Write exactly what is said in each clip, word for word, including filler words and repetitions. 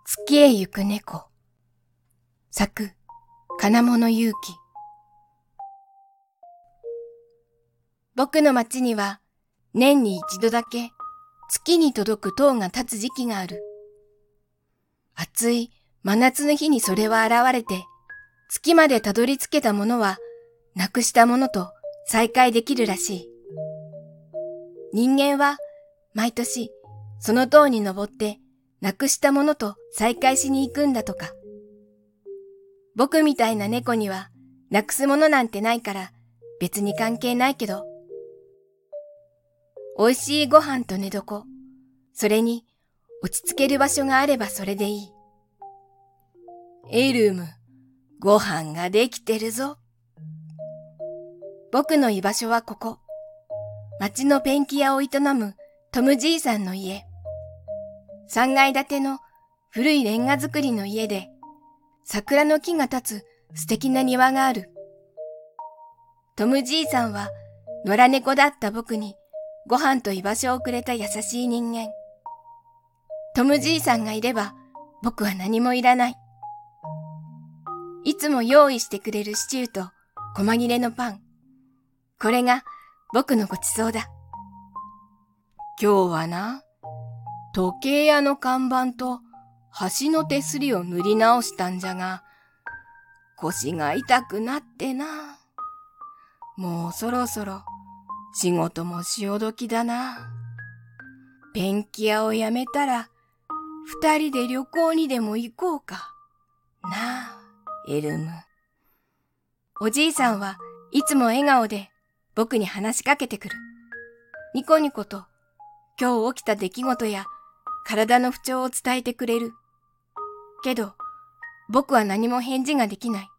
月へ行く猫。作、金物勇気。僕の町には年に一度だけ月に届く塔が立つ時期がある。暑い真夏の日にそれは現れて、月までたどり着けたものはなくしたものと再会できるらしい。人間は毎年その塔に登ってなくしたものと再会しに行くんだとか。僕みたいな猫にはなくすものなんてないから別に関係ないけど。美味しいご飯と寝床、それに落ち着ける場所があればそれでいい。エルム、ご飯ができてるぞ。僕の居場所はここ。町のペンキ屋を営むトムじいさんの家。三階建ての古いレンガ造りの家で、桜の木が立つ素敵な庭がある。トムじいさんは野良猫だった僕にご飯と居場所をくれた優しい人間。トムじいさんがいれば僕は何もいらない。いつも用意してくれるシチューと細切れのパン。これが僕のごちそうだ。今日はな、時計屋の看板と橋の手すりを塗り直したんじゃが、腰が痛くなってな。もうそろそろ仕事も潮時だな。ペンキ屋を辞めたら二人で旅行にでも行こうか。なあ、エルム。おじいさんはいつも笑顔で僕に話しかけてくる。ニコニコと今日起きた出来事や体の不調を伝えてくれる。けど僕は何も返事ができない。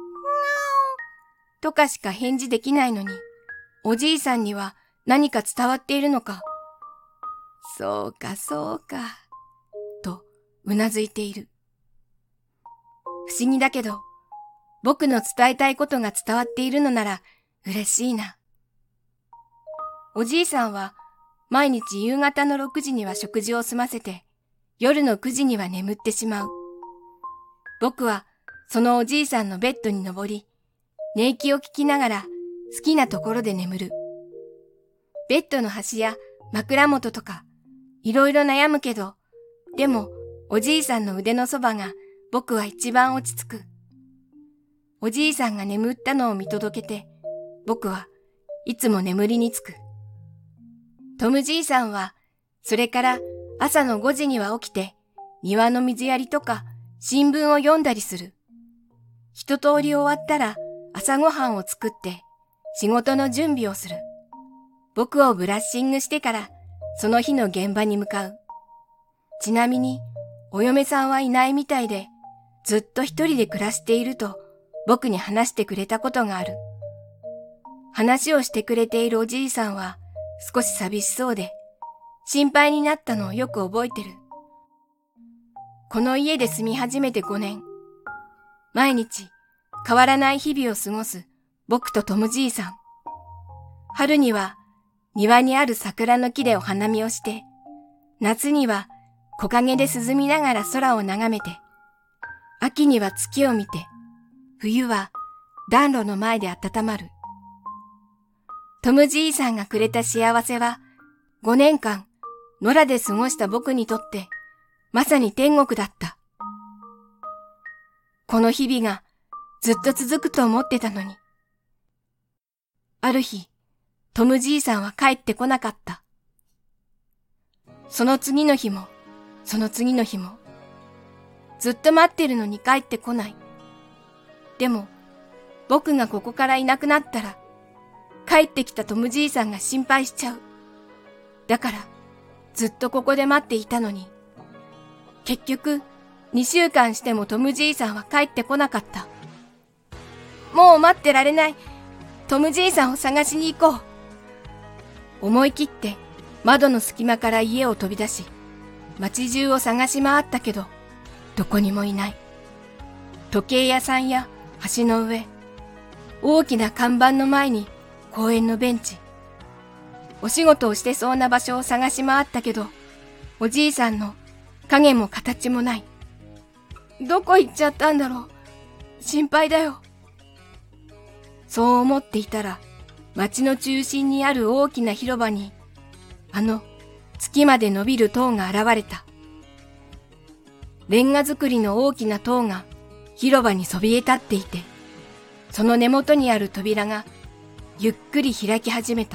とかしか返事できないのに、おじいさんには何か伝わっているのか。そうかそうか、とうなずいている。不思議だけど、僕の伝えたいことが伝わっているのなら嬉しいな。おじいさんは毎日夕方のろくじには食事を済ませて、夜のくじには眠ってしまう。僕はそのおじいさんのベッドに登り、寝息を聞きながら好きなところで眠る。ベッドの端や枕元とかいろいろ悩むけど、でもおじいさんの腕のそばが僕は一番落ち着く。おじいさんが眠ったのを見届けて、僕はいつも眠りにつく。トムじいさんはそれから朝のごじには起きて庭の水やりとか新聞を読んだりする。一通り終わったら朝ごはんを作って仕事の準備をする。僕をブラッシングしてからその日の現場に向かう。ちなみにお嫁さんはいないみたいで、ずっと一人で暮らしていると僕に話してくれたことがある。話をしてくれているおじいさんは少し寂しそうで、心配になったのをよく覚えてる。この家で住み始めてごねん。毎日変わらない日々を過ごす僕とトムじいさん。春には庭にある桜の木でお花見をして、夏には木陰で涼みながら空を眺めて、秋には月を見て、冬は暖炉の前で温まる。トムじいさんがくれた幸せは、ごねんかん野良で過ごした僕にとって、まさに天国だった。この日々がずっと続くと思ってたのに。ある日、トムじいさんは帰ってこなかった。その次の日も、その次の日も、ずっと待ってるのに帰ってこない。でも、僕がここからいなくなったら、帰ってきたトムじいさんが心配しちゃう。だから、ずっとここで待っていたのに、結局、にしゅうかんしてもトムじいさんは帰ってこなかった。もう待ってられない。トムじいさんを探しに行こう。思い切って窓の隙間から家を飛び出し、街中を探し回ったけど、どこにもいない。時計屋さんや橋の上、大きな看板の前に公園のベンチ。お仕事をしてそうな場所を探し回ったけど、おじいさんの影も形もない。 どこ行っちゃったんだろう。心配だよ。そう思っていたら、町の中心にある大きな広場に、あの月まで伸びる塔が現れた。レンガ造りの大きな塔が広場にそびえ立っていて、その根元にある扉がゆっくり開き始めた。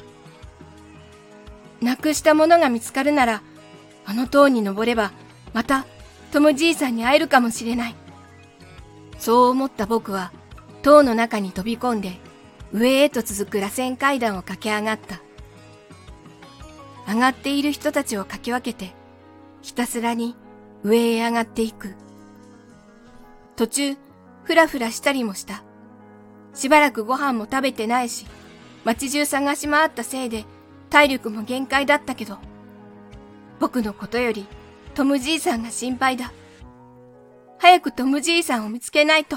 なくしたものが見つかるなら、あの塔に登ればまたトムじいさんに会えるかもしれない。そう思った僕は塔の中に飛び込んで上へと続く螺旋階段を駆け上がった。上がっている人たちをかき分けてひたすらに上へ上がっていく。途中ふらふらしたりもした。しばらくご飯も食べてないし、街中探し回ったせいで体力も限界だったけど、僕のことよりトムじいさんが心配だ。早くトムじいさんを見つけないと。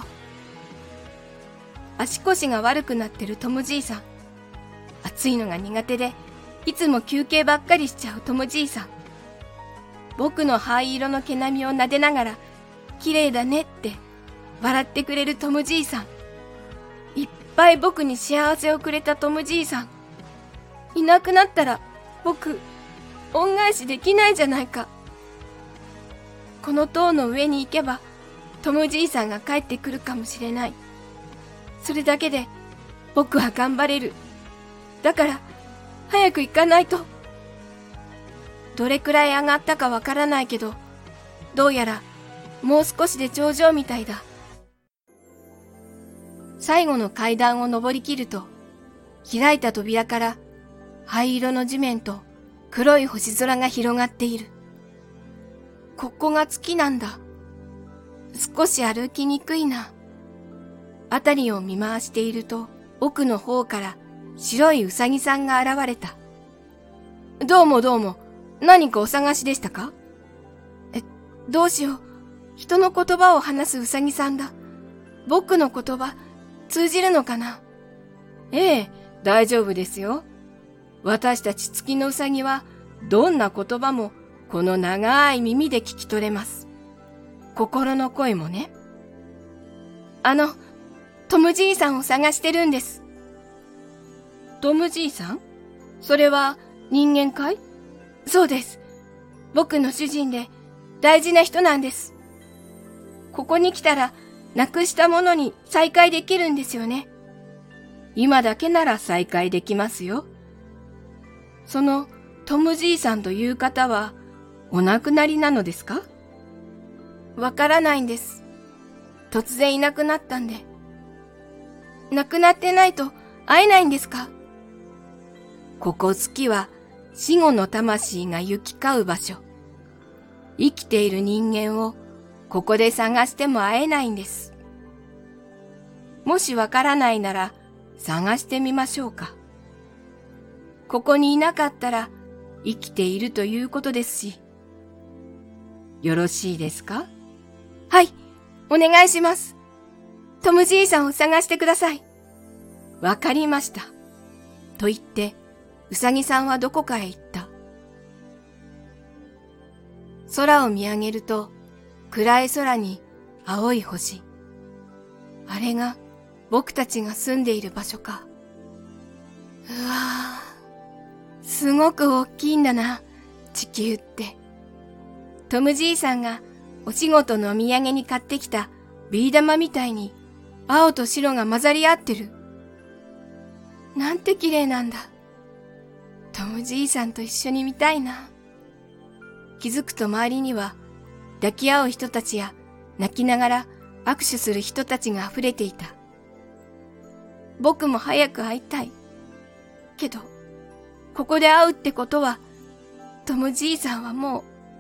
足腰が悪くなってるトムじいさん。暑いのが苦手で、いつも休憩ばっかりしちゃうトムじいさん。僕の灰色の毛並みを撫でながら、綺麗だねって笑ってくれるトムじいさん。いっぱい僕に幸せをくれたトムじいさん。いなくなったら僕、恩返しできないじゃないか。この塔の上に行けばトムじいさんが帰ってくるかもしれない。それだけで僕は頑張れる。だから早く行かないと。どれくらい上がったかわからないけど、どうやらもう少しで頂上みたいだ。最後の階段を登りきると、開いた扉から灰色の地面と黒い星空が広がっている。ここが月なんだ。少し歩きにくいな。あたりを見回していると、奥の方から白いうさぎさんが現れた。どうもどうも、何かお探しでしたか？え、どうしよう。人の言葉を話すうさぎさんだ。僕の言葉、通じるのかな？ええ、大丈夫ですよ。私たち月のうさぎは、どんな言葉もこの長い耳で聞き取れます。心の声もね。あの、トムじいさんを探してるんです。トムじいさん？それは人間かい？そうです。僕の主人で大事な人なんです。ここに来たら、なくしたものに再会できるんですよね。今だけなら再会できますよ。そのトムじいさんという方はお亡くなりなのですか？わからないんです。突然いなくなったんで。亡くなってないと会えないんですか？ここ月は死後の魂が行き交う場所。生きている人間をここで探しても会えないんです。もしわからないなら探してみましょうか。ここにいなかったら生きているということですし。よろしいですか？はい、お願いします。トムじいさんを探してください。わかりました。と言って、うさぎさんはどこかへ行った。空を見上げると、暗い空に青い星。あれが僕たちが住んでいる場所か。うわぁ、すごく大きいんだな、地球って。トムじいさんがお仕事のお土産に買ってきたビー玉みたいに青と白が混ざり合ってる。なんて綺麗なんだ。トムじいさんと一緒に見たいな。気づくと周りには抱き合う人たちや泣きながら握手する人たちが溢れていた。僕も早く会いたい。けど、ここで会うってことは、トムじいさんはも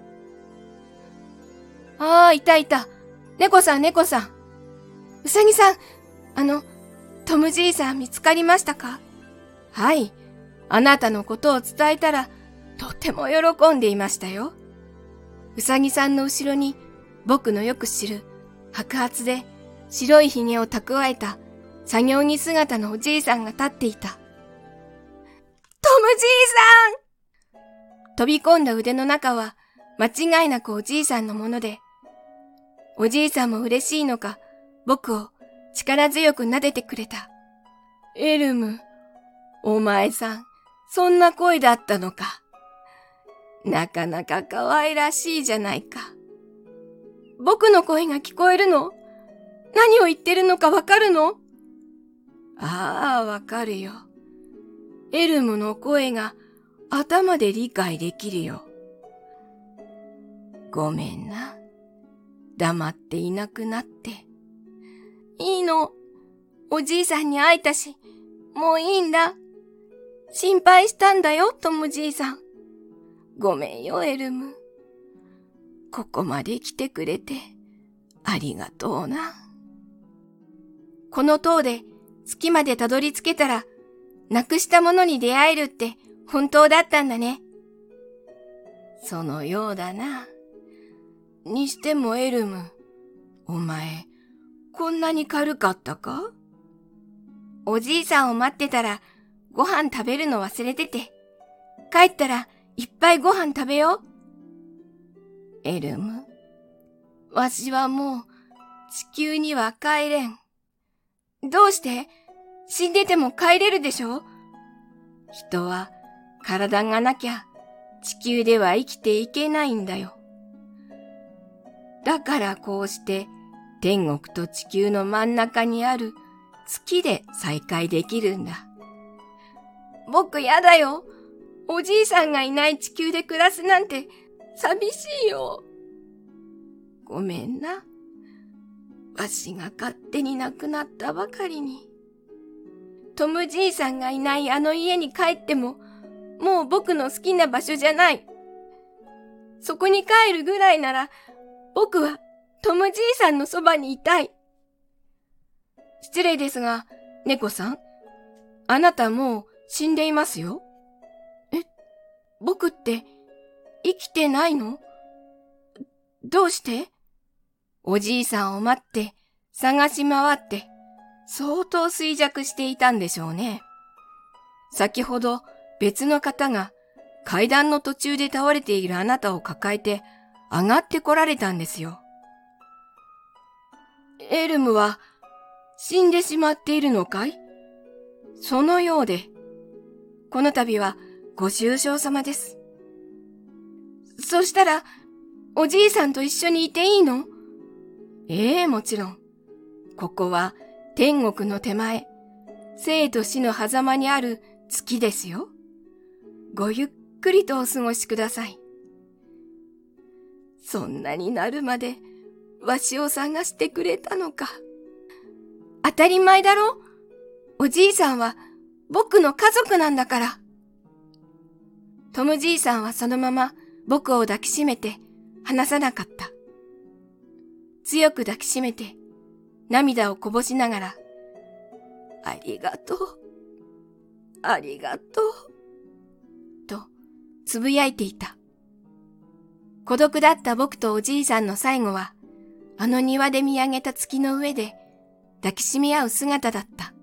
う。ああ、いたいた。猫さん、猫さん。うさぎさん、あの、トムじいさん見つかりましたか？はい。あなたのことを伝えたら、とても喜んでいましたよ。うさぎさんの後ろに、僕のよく知る、白髪で白いひげを蓄えた作業着姿のおじいさんが立っていた。トムじいさん！飛び込んだ腕の中は間違いなくおじいさんのもので、 おじいさんも嬉しいのか、僕を力強く撫でてくれた。エルム、お前さん、そんな声だったのか。なかなか可愛らしいじゃないか。僕の声が聞こえるの？何を言ってるのかわかるの？ああ、わかるよ。エルムの声が頭で理解できるよ。ごめんな。黙っていなくなって。いいの。おじいさんに会えたし、もういいんだ。心配したんだよ、トムじいさん。ごめんよ、エルム。ここまで来てくれて、ありがとうな。この塔で月までたどり着けたら、なくしたものに出会えるって本当だったんだね。そのようだな。にしてもエルム、お前、こんなに軽かったか？おじいさんを待ってたら、ご飯食べるの忘れてて、帰ったらいっぱいご飯食べよう。エルム、わしはもう地球には帰れん。どうして？死んでても帰れるでしょ？人は体がなきゃ地球では生きていけないんだよ。だからこうして天国と地球の真ん中にある月で再会できるんだ。僕やだよ。おじいさんがいない地球で暮らすなんて寂しいよ。ごめんな。わしが勝手に亡くなったばかりに。トムじいさんがいないあの家に帰っても、もう僕の好きな場所じゃない。そこに帰るぐらいなら、僕はトムじいさんのそばにいたい。失礼ですが、猫さん、あなたもう死んでいますよ。え、僕って生きてないの？どうして？おじいさんを待って探し回って相当衰弱していたんでしょうね。先ほど別の方が階段の途中で倒れているあなたを抱えて上がってこられたんですよ。エルムは死んでしまっているのかい？そのようで、この度はご愁傷様です。そしたら、おじいさんと一緒にいていいの？ええ、もちろん。ここは天国の手前、生と死の狭間にある月ですよ。ごゆっくりとお過ごしください。そんなになるまで、わしを探してくれたのか。当たり前だろ？おじいさんは僕の家族なんだから。トムじいさんはそのまま僕を抱きしめて離さなかった。強く抱きしめて涙をこぼしながら、ありがとう、ありがとう、とつぶやいていた。孤独だった僕とおじいさんの最後は、あの庭で見上げた月の上で抱きしめ合う姿だった。